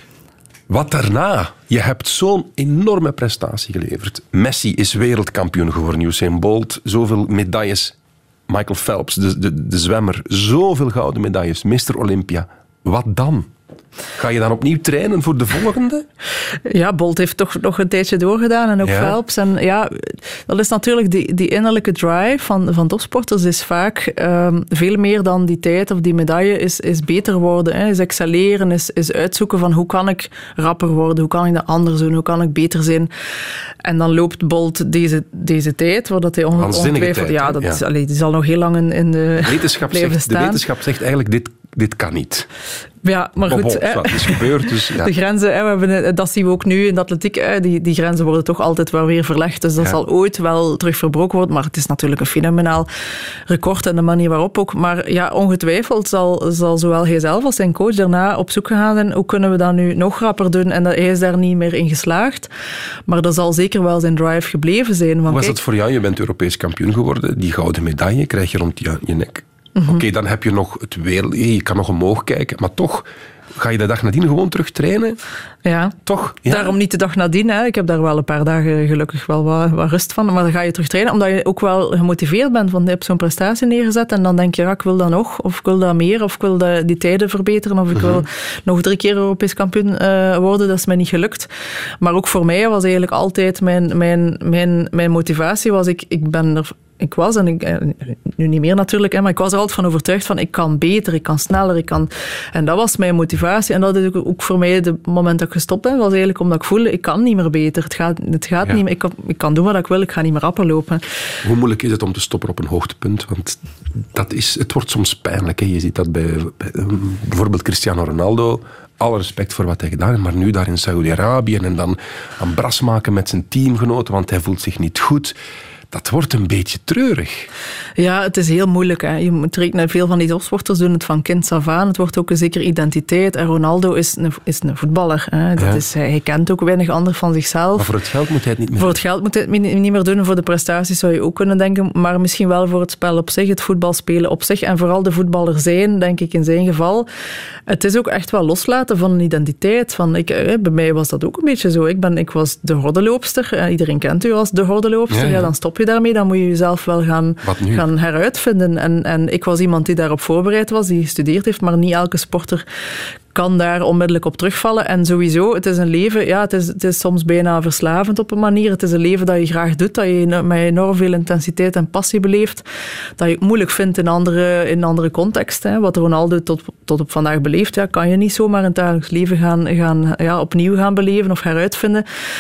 Wat daarna? Je hebt zo'n enorme prestatie geleverd. Messi is wereldkampioen geworden, Usain Bolt. Zoveel medailles. Michael Phelps, de, de, de zwemmer. Zoveel gouden medailles. mister Olympia. Wat dan? Ga je dan opnieuw trainen voor de volgende? Ja, Bolt heeft toch nog een tijdje doorgedaan en ook ja. Phelps. En ja, dat is natuurlijk die, die innerlijke drive van, van topsporters is vaak um, veel meer dan die tijd of die medaille is, is beter worden, hè, is excelleren, is, is uitzoeken van hoe kan ik rapper worden, hoe kan ik dat anders doen, hoe kan ik beter zijn. En dan loopt Bolt deze, deze tijd, waar dat hij on, ongetwijfeld... Ja, dat ja. Is, allee, die zal nog heel lang in, in de wetenschap blijven zegt, staan. De wetenschap zegt eigenlijk, dit, dit kan niet. Ja, maar goed. Bob, hè, het is gebeurd, dus, ja. De grenzen, hè, we hebben, dat zien we ook nu in de atletiek, hè, die, die grenzen worden toch altijd wel weer verlegd. Dus dat ja. zal ooit wel terug verbroken worden. Maar het is natuurlijk een fenomenaal record en de manier waarop ook. Maar ja, ongetwijfeld zal, zal zowel hij zelf als zijn coach daarna op zoek gaan zijn. Hoe kunnen we dat nu nog rapper doen? En dat, hij is daar niet meer in geslaagd. Maar dat zal zeker wel zijn drive gebleven zijn. Want Hoe was kijk, het voor jou? Je bent Europees kampioen geworden. Die gouden medaille krijg je rond je, je nek. Mm-hmm. Oké, okay, dan heb je nog het wereld... Je kan nog omhoog kijken, maar toch... Ga je de dag nadien gewoon terug trainen? Ja, toch? Ja. Daarom niet de dag nadien. Hè. Ik heb daar wel een paar dagen gelukkig wel wat, wat rust van. Maar dan ga je terug trainen, omdat je ook wel gemotiveerd bent. Want je hebt zo'n prestatie neergezet en dan denk je, ja, ik wil dat nog. Of ik wil dat meer. Of ik wil dat, die tijden verbeteren. Of ik mm-hmm. wil nog drie keer Europees kampioen uh, worden. Dat is mij niet gelukt. Maar ook voor mij was eigenlijk altijd mijn, mijn, mijn, mijn motivatie. Was ik, ik ben er... Ik was, en ik, nu niet meer natuurlijk, hè, maar ik was er altijd van overtuigd van ik kan beter, ik kan sneller, ik kan... En dat was mijn motivatie. En dat is ook voor mij het moment dat ik gestopt ben, was eigenlijk omdat ik voelde, ik kan niet meer beter. Het gaat, het gaat ja. niet meer. Ik kan, ik kan doen wat ik wil, ik ga niet meer rapper lopen. Hoe moeilijk is het om te stoppen op een hoogtepunt? Want dat is, het wordt soms pijnlijk. Hè. Je ziet dat bij, bij bijvoorbeeld Cristiano Ronaldo. Alle respect voor wat hij gedaan heeft, maar nu daar in Saudi-Arabië en dan aan bras maken met zijn teamgenoten, want hij voelt zich niet goed. Dat wordt een beetje treurig. Ja, het is heel moeilijk. Hè. Je moet rekenen, veel van die topsporters doen het van kind af aan. Het wordt ook een zekere identiteit. En Ronaldo is een, is een voetballer. Hè. Dat ja. is, hij kent ook weinig anders van zichzelf. Maar voor het geld moet hij het niet meer Voor doen. het geld moet hij het niet meer doen. Voor de prestaties zou je ook kunnen denken. Maar misschien wel voor het spel op zich, het voetbalspelen op zich. En vooral de voetballer zijn, denk ik in zijn geval. Het is ook echt wel loslaten van een identiteit. Van, ik, bij mij was dat ook een beetje zo. Ik, ben, ik was de hordenloopster. Iedereen kent u als de hordenloopster. Ja, ja. Ja, dan stop je daarmee, dan moet je jezelf wel gaan, gaan heruitvinden. En, en ik was iemand die daarop voorbereid was, die gestudeerd heeft, maar niet elke sporter kan daar onmiddellijk op terugvallen. En sowieso, het is een leven, ja, het is, het is soms bijna verslavend op een manier. Het is een leven dat je graag doet, dat je met enorm veel intensiteit en passie beleeft, dat je het moeilijk vindt in andere, in andere contexten. Hè. Wat Ronaldo tot, tot op vandaag beleeft, ja, kan je niet zomaar in het dagelijks leven gaan, gaan, ja, opnieuw gaan beleven of heruitvinden.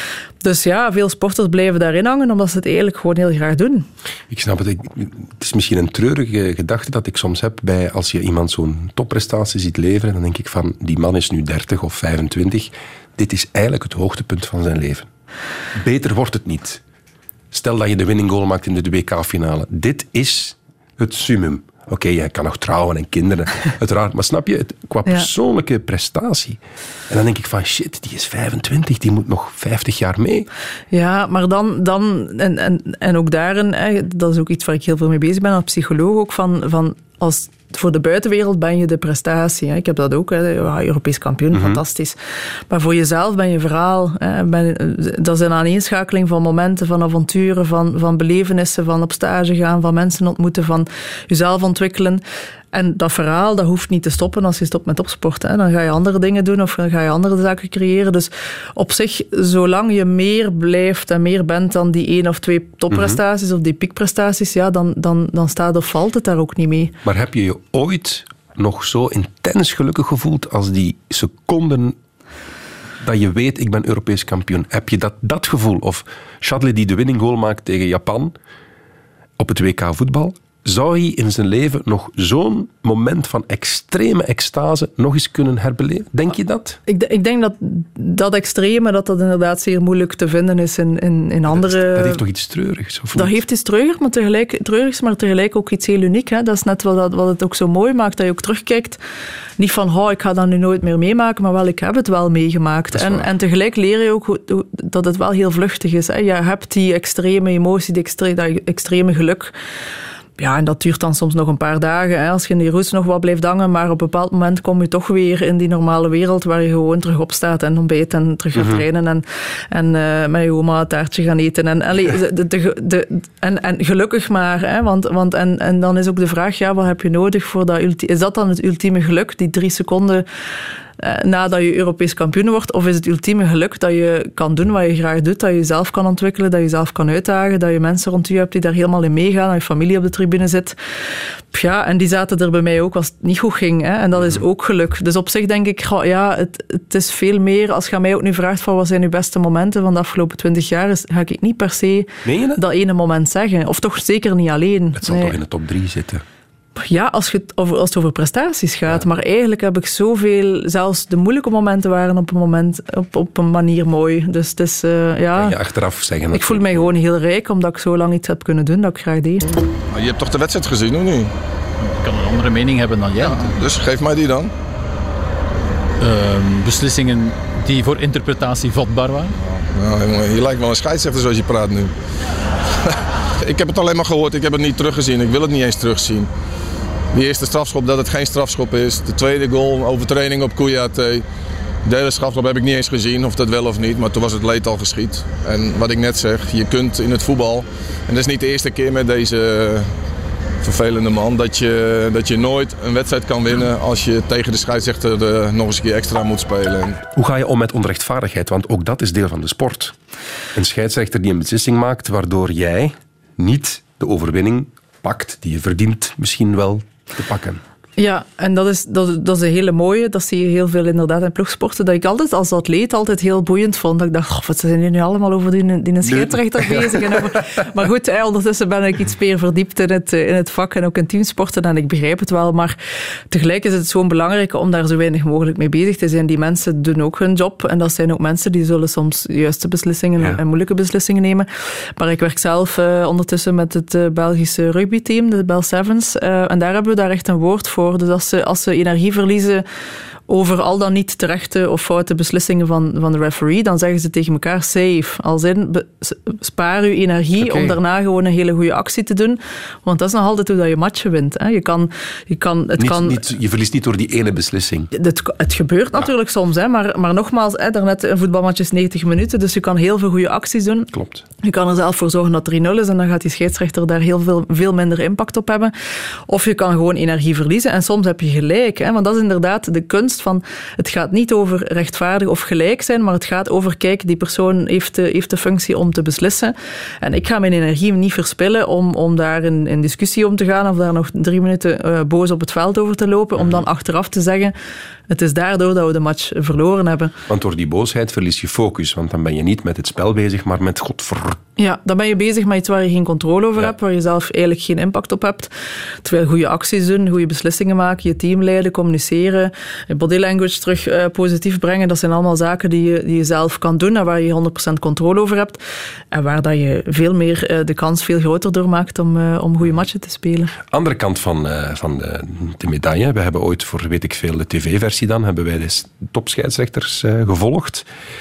Dus ja, veel sporters blijven daarin hangen omdat ze het eigenlijk gewoon heel graag doen. Ik snap het. Ik, het is misschien een treurige gedachte dat ik soms heb bij als je iemand zo'n topprestatie ziet leveren, dan denk ik van, die man is nu dertig of vijfentwintig. Dit is eigenlijk het hoogtepunt van zijn leven. Beter wordt het niet. Stel dat je de winning goal maakt in de W K-finale. Dit is het summum. Oké, okay, jij kan nog trouwen en kinderen, uiteraard. Maar snap je, het, qua persoonlijke ja. prestatie. En dan denk ik van, shit, die is vijfentwintig, die moet nog vijftig jaar mee. Ja, maar dan, dan en, en, en ook daarin, hè, dat is ook iets waar ik heel veel mee bezig ben, als psycholoog ook, van, van als... Voor de buitenwereld ben je de prestatie. Hè. Ik heb dat ook, hè. Ja, Europees kampioen, mm-hmm. fantastisch. Maar voor jezelf ben je verhaal. Hè. Ben, dat is een aaneenschakeling van momenten, van avonturen, van, van belevenissen, van op stage gaan, van mensen ontmoeten, van jezelf ontwikkelen. En dat verhaal, dat hoeft niet te stoppen als je stopt met topsporten. Hè. Dan ga je andere dingen doen of dan ga je andere zaken creëren. Dus op zich, zolang je meer blijft en meer bent dan die één of twee topprestaties mm-hmm. of die piekprestaties, ja, dan, dan, dan staat of valt het daar ook niet mee. Maar heb je je ooit nog zo intens gelukkig gevoeld als die seconden dat je weet, ik ben Europees kampioen? Heb je dat, dat gevoel? Of Chadli die de winning goal maakt tegen Japan op het W K voetbal? Zou hij in zijn leven nog zo'n moment van extreme extase nog eens kunnen herbeleven? Denk je dat? Ik, ik denk dat dat extreme, dat dat inderdaad zeer moeilijk te vinden is in, in, in andere... Dat, is, dat heeft toch iets treurigs? Of dat heeft iets treurigs, maar tegelijk, treurigs, maar tegelijk ook iets heel uniek. Hè? Dat is net wat, wat het ook zo mooi maakt, dat je ook terugkijkt. Niet van, oh, ik ga dat nu nooit meer meemaken, maar wel, ik heb het wel meegemaakt. En, en tegelijk leer je ook hoe, hoe, dat het wel heel vluchtig is. Hè? Je hebt die extreme emotie, die extre, dat extreme geluk. Ja, en dat duurt dan soms nog een paar dagen, hè, als je in die roes nog wat blijft hangen, maar op een bepaald moment kom je toch weer in die normale wereld waar je gewoon terug opstaat en ontbijt en terug gaat mm-hmm. trainen en, en uh, met je oma een taartje gaan eten. En, allee, de, de, de, en, en gelukkig maar, hè, want, want en, en dan is ook de vraag, ja, wat heb je nodig voor dat ulti- is dat dan het ultieme geluk, die drie seconden Uh, nadat je Europees kampioen wordt, of is het ultieme geluk dat je kan doen wat je graag doet, dat je jezelf kan ontwikkelen, dat je jezelf kan uitdagen, dat je mensen rond je hebt die daar helemaal in meegaan, dat je familie op de tribune zit. Ja, en die zaten er bij mij ook als het niet goed ging. Hè, en dat is ook geluk. Dus op zich denk ik, ja, het, het is veel meer, als je mij ook nu vraagt van wat zijn uw beste momenten van de afgelopen twintig jaar, is, ga ik niet per se dat ene moment zeggen. Of toch zeker niet alleen. Het zal nee. toch in de top drie zitten? Ja, als, je, als het over prestaties gaat. Ja. Maar eigenlijk heb ik zoveel... Zelfs de moeilijke momenten waren op een, moment, op, op een manier mooi. Dus het is... Uh, ja, kan je achteraf zeggen? Ik voel mij gewoon heel rijk, omdat ik zo lang iets heb kunnen doen dat ik graag deed. Maar je hebt toch de wedstrijd gezien, of niet? Ik kan een andere mening hebben dan jij. Ja, dus geef mij die dan. Uh, beslissingen die voor interpretatie vatbaar waren. Nou, jongen, je lijkt wel een scheidsrechter zoals je praat nu. Ik heb het alleen maar gehoord, ik heb het niet teruggezien. Ik wil het niet eens terugzien. Die eerste strafschop, dat het geen strafschop is. De tweede goal, overtreding op Kouyaté. De hele strafschop heb ik niet eens gezien, of dat wel of niet. Maar toen was het leed al geschied. En wat ik net zeg, je kunt in het voetbal... En dat is niet de eerste keer met deze vervelende man... dat je, dat je nooit een wedstrijd kan winnen als je tegen de scheidsrechter de, nog eens een keer extra moet spelen. Hoe ga je om met onrechtvaardigheid? Want ook dat is deel van de sport. Een scheidsrechter die een beslissing maakt waardoor jij niet de overwinning pakt die je verdient misschien wel te pakken. Ja, en dat is, dat, dat is een hele mooie. Dat zie je heel veel inderdaad in ploegsporten. Dat ik altijd als atleet altijd heel boeiend vond. Dat ik dacht, oh, wat zijn jullie nu allemaal over die, die scheidsrechter nee. bezig? En over, maar goed, hè, ondertussen ben ik iets meer verdiept in het, in het vak en ook in teamsporten. En ik begrijp het wel. Maar tegelijk is het zo belangrijk om daar zo weinig mogelijk mee bezig te zijn. Die mensen doen ook hun job. En dat zijn ook mensen die zullen soms juiste beslissingen ja. en moeilijke beslissingen nemen. Maar ik werk zelf uh, ondertussen met het uh, Belgische rugbyteam, de Bell Sevens. Uh, en daar hebben we daar echt een woord voor. Dus als ze, als ze energie verliezen over al dan niet terechte of foute beslissingen van, van de referee, dan zeggen ze tegen elkaar save. Als in, be, spaar je energie okay. om daarna gewoon een hele goede actie te doen. Want dat is nog altijd hoe dat je matchen wint. Hè. Je, kan, je, kan, het niet, kan, niet, je verliest niet door die ene beslissing. Het, het gebeurt ja. natuurlijk soms, hè, maar, maar nogmaals, hè, daarnet een voetbalmatch is negentig minuten, dus je kan heel veel goede acties doen. Klopt. Je kan er zelf voor zorgen dat drie nul is en dan gaat die scheidsrechter daar heel veel, veel minder impact op hebben. Of je kan gewoon energie verliezen en soms heb je gelijk. Hè, want dat is inderdaad de kunst van, het gaat niet over rechtvaardig of gelijk zijn, maar het gaat over, kijk, die persoon heeft de, heeft de functie om te beslissen. En ik ga mijn energie niet verspillen om, om daar in, in discussie om te gaan of daar nog drie minuten uh, boos op het veld over te lopen, om dan achteraf te zeggen, Het is daardoor dat we de match verloren hebben. Want door die boosheid verlies je focus. Want dan ben je niet met het spel bezig, maar met godver... Ja, dan ben je bezig met iets waar je geen controle over ja. hebt, waar je zelf eigenlijk geen impact op hebt. Terwijl goede acties doen, goede beslissingen maken, je team leiden, communiceren, je body language terug uh, positief brengen, dat zijn allemaal zaken die je, die je zelf kan doen en waar je honderd procent controle over hebt. En waar dat je veel meer uh, de kans veel groter door maakt om, uh, om goede matchen te spelen. Andere kant van, uh, van de, de medaille. We hebben ooit voor, weet ik veel, de tv-versie dan, hebben wij de topscheidsrechters uh, gevolgd.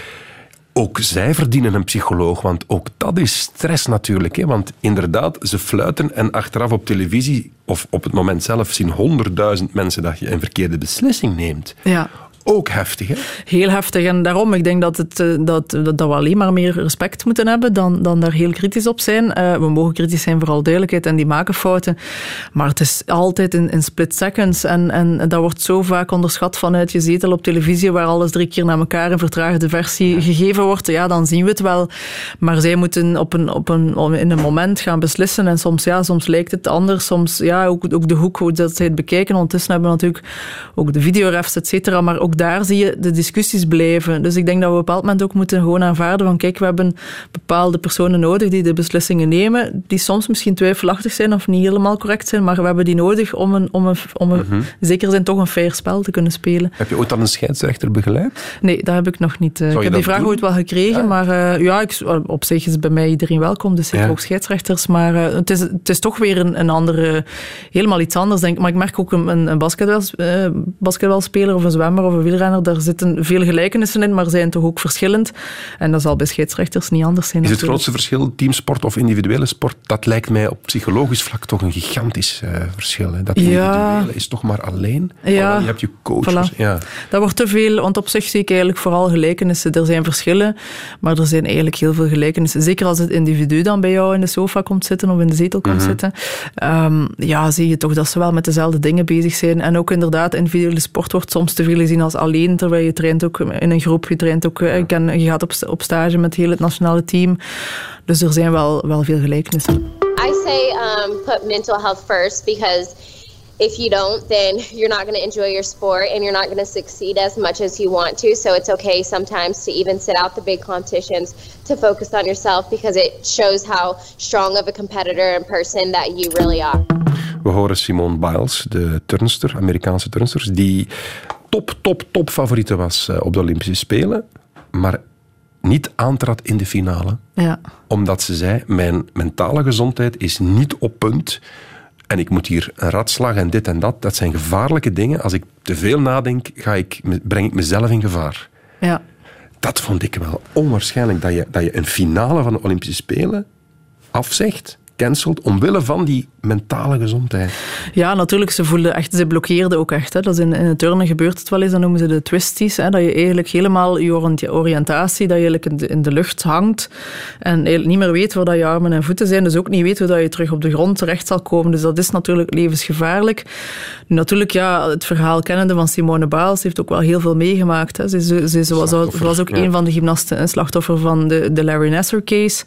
Ook zij verdienen een psycholoog, want ook dat is stress natuurlijk. Hè? Want inderdaad, ze fluiten en achteraf op televisie of op het moment zelf zien honderdduizend mensen dat je een verkeerde beslissing neemt. Ja. Ook heftig, hè? Heel heftig. En daarom, ik denk dat, het, dat, dat we alleen maar meer respect moeten hebben dan, dan daar heel kritisch op zijn. Uh, we mogen kritisch zijn voor alle duidelijkheid en die maken fouten. Maar het is altijd in, in split seconds. En, en dat wordt zo vaak onderschat vanuit je zetel op televisie, waar alles drie keer naar elkaar in vertraagde versie gegeven wordt. Ja, dan zien we het wel. Maar zij moeten op een, op een, in een moment gaan beslissen. En soms, ja, soms lijkt het anders. Soms, ja, ook, ook de hoek, hoe dat zij het bekijken. Ondertussen hebben we natuurlijk ook de videorefs, et cetera. Maar ook daar zie je de discussies blijven. Dus ik denk dat we op een bepaald moment ook moeten gewoon aanvaarden van kijk, we hebben bepaalde personen nodig die de beslissingen nemen, die soms misschien twijfelachtig zijn of niet helemaal correct zijn, maar we hebben die nodig om een, om een, om een mm-hmm. zeker zijn toch een fair spel te kunnen spelen. Heb je ooit al een scheidsrechter begeleid? Nee, dat heb ik nog niet. Ik heb die vraag doen? ooit wel gekregen, ja. maar uh, ja, ik, op zich is bij mij iedereen welkom, dus zeker ja. ook scheidsrechters, maar uh, het, is, het is toch weer een, een andere, helemaal iets anders, denk ik. Maar ik merk ook een, een basketbal, uh, basketbalspeler of een zwemmer of een wielrenner, daar zitten veel gelijkenissen in, maar zijn toch ook verschillend. En dat zal bij scheidsrechters niet anders zijn. Is het grootste verschil teamsport of individuele sport? Dat lijkt mij op psychologisch vlak toch een gigantisch uh, verschil. Hè? Dat individuele ja. is toch maar alleen. Ja. Je hebt je coaches. Voilà. Ja. Dat wordt te veel, want op zich zie ik eigenlijk vooral gelijkenissen. Er zijn verschillen, maar er zijn eigenlijk heel veel gelijkenissen. Zeker als het individu dan bij jou in de sofa komt zitten of in de zetel komt mm-hmm. zitten. Um, ja, zie je toch dat ze wel met dezelfde dingen bezig zijn. En ook inderdaad, individuele sport wordt soms te veel gezien als alleen, terwijl je traint ook in een groep, je traint ook, je, kan, je gaat op, op stage met heel het nationale team. Dus er zijn wel, wel veel gelijkenissen. I say um, put mental health first, because if you don't, then you're not going to enjoy your sport and you're not going to succeed as much as you want to. So it's okay sometimes to even sit out the big competitions to focus on yourself, because it shows how strong of a competitor and person that you really are. We horen Simone Biles, de turnster, Amerikaanse turnster, die top, top, top favoriete was op de Olympische Spelen, maar niet aantrad in de finale. Ja. Omdat ze zei, mijn mentale gezondheid is niet op punt en ik moet hier een ratslag en dit en dat. Dat zijn gevaarlijke dingen. Als ik te veel nadenk, ga ik, breng ik mezelf in gevaar. Ja. Dat vond ik wel onwaarschijnlijk, dat je, dat je een finale van de Olympische Spelen afzegt, cancelt, omwille van die mentale gezondheid. Ja, natuurlijk, ze voelden echt, ze blokkeerden ook echt. Hè. Dat is in, in het turnen gebeurt het wel eens, dat noemen ze de twisties. Hè. Dat je eigenlijk helemaal je oriëntatie, dat je eigenlijk in de, in de lucht hangt en eigenlijk niet meer weet waar dat je armen en voeten zijn, dus ook niet weet hoe dat je terug op de grond terecht zal komen. Dus dat is natuurlijk levensgevaarlijk. Natuurlijk, ja, het verhaal kennende van Simone Biles heeft ook wel heel veel meegemaakt. Hè. Ze, ze, ze, ze was, was ook ja. een van de gymnasten, een slachtoffer van de, de Larry Nassar case,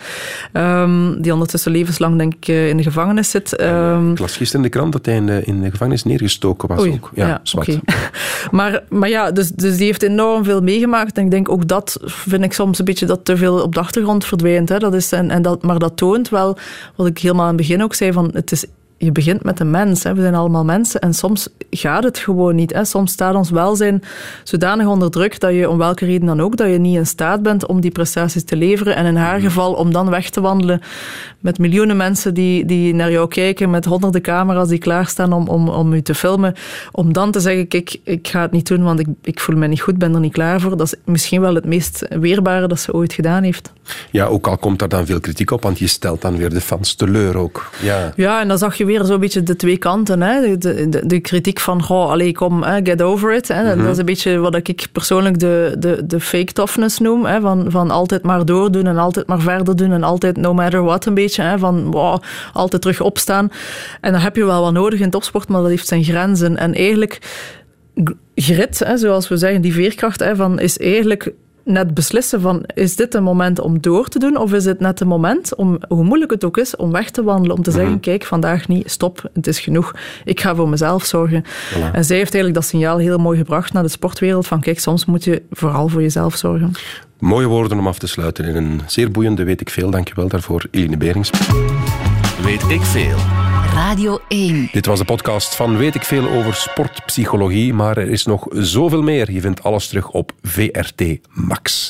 um, die ondertussen levenslang, denk ik, in de gevangenis zit. Um, ik las gisteren in de krant dat hij in de, in de gevangenis neergestoken was. Oei, ook. Ja, ja zwart. Okay. maar, maar ja, dus, dus die heeft enorm veel meegemaakt. En ik denk ook dat, vind ik soms een beetje dat te veel op de achtergrond verdwijnt. Hè. Dat is, en, en dat, maar dat toont wel, wat ik helemaal aan het begin ook zei, van het is... Je begint met een mens. Hè. We zijn allemaal mensen. En soms gaat het gewoon niet. Hè. Soms staat ons welzijn zodanig onder druk dat je, om welke reden dan ook, dat je niet in staat bent om die prestaties te leveren. En in haar geval om dan weg te wandelen met miljoenen mensen die, die naar jou kijken, met honderden camera's die klaarstaan om, om, om u te filmen. Om dan te zeggen, kijk, ik ga het niet doen, want ik, ik voel me niet goed, ben er niet klaar voor. Dat is misschien wel het meest weerbare dat ze ooit gedaan heeft. Ja, ook al komt daar dan veel kritiek op, want je stelt dan weer de fans teleur ook. Ja, ja en dan zag je weer zo'n beetje de twee kanten. Hè. De, de, de kritiek van, goh, allee, kom, hè, get over it. Hè. Mm-hmm. Dat is een beetje wat ik persoonlijk de, de, de fake toughness noem. Hè. Van, van altijd maar doordoen en altijd maar verder doen en altijd no matter what een beetje. Hè. Van, wow, altijd terug opstaan. En dan heb je wel wat nodig in topsport, maar dat heeft zijn grenzen. En eigenlijk, grit, hè, zoals we zeggen, die veerkracht, hè, van, is eigenlijk net beslissen van, is dit een moment om door te doen of is het net een moment om, hoe moeilijk het ook is, om weg te wandelen, om te zeggen, mm-hmm. kijk, vandaag niet, stop, het is genoeg. Ik ga voor mezelf zorgen. Voilà. En zij heeft eigenlijk dat signaal heel mooi gebracht naar de sportwereld van, kijk, soms moet je vooral voor jezelf zorgen. Mooie woorden om af te sluiten in een zeer boeiende Weet ik Veel. Dank je wel daarvoor, Eline Berings. Weet ik Veel. Radio één. Dit was de podcast van Weet ik Veel over sportpsychologie, maar er is nog zoveel meer. Je vindt alles terug op V R T Max.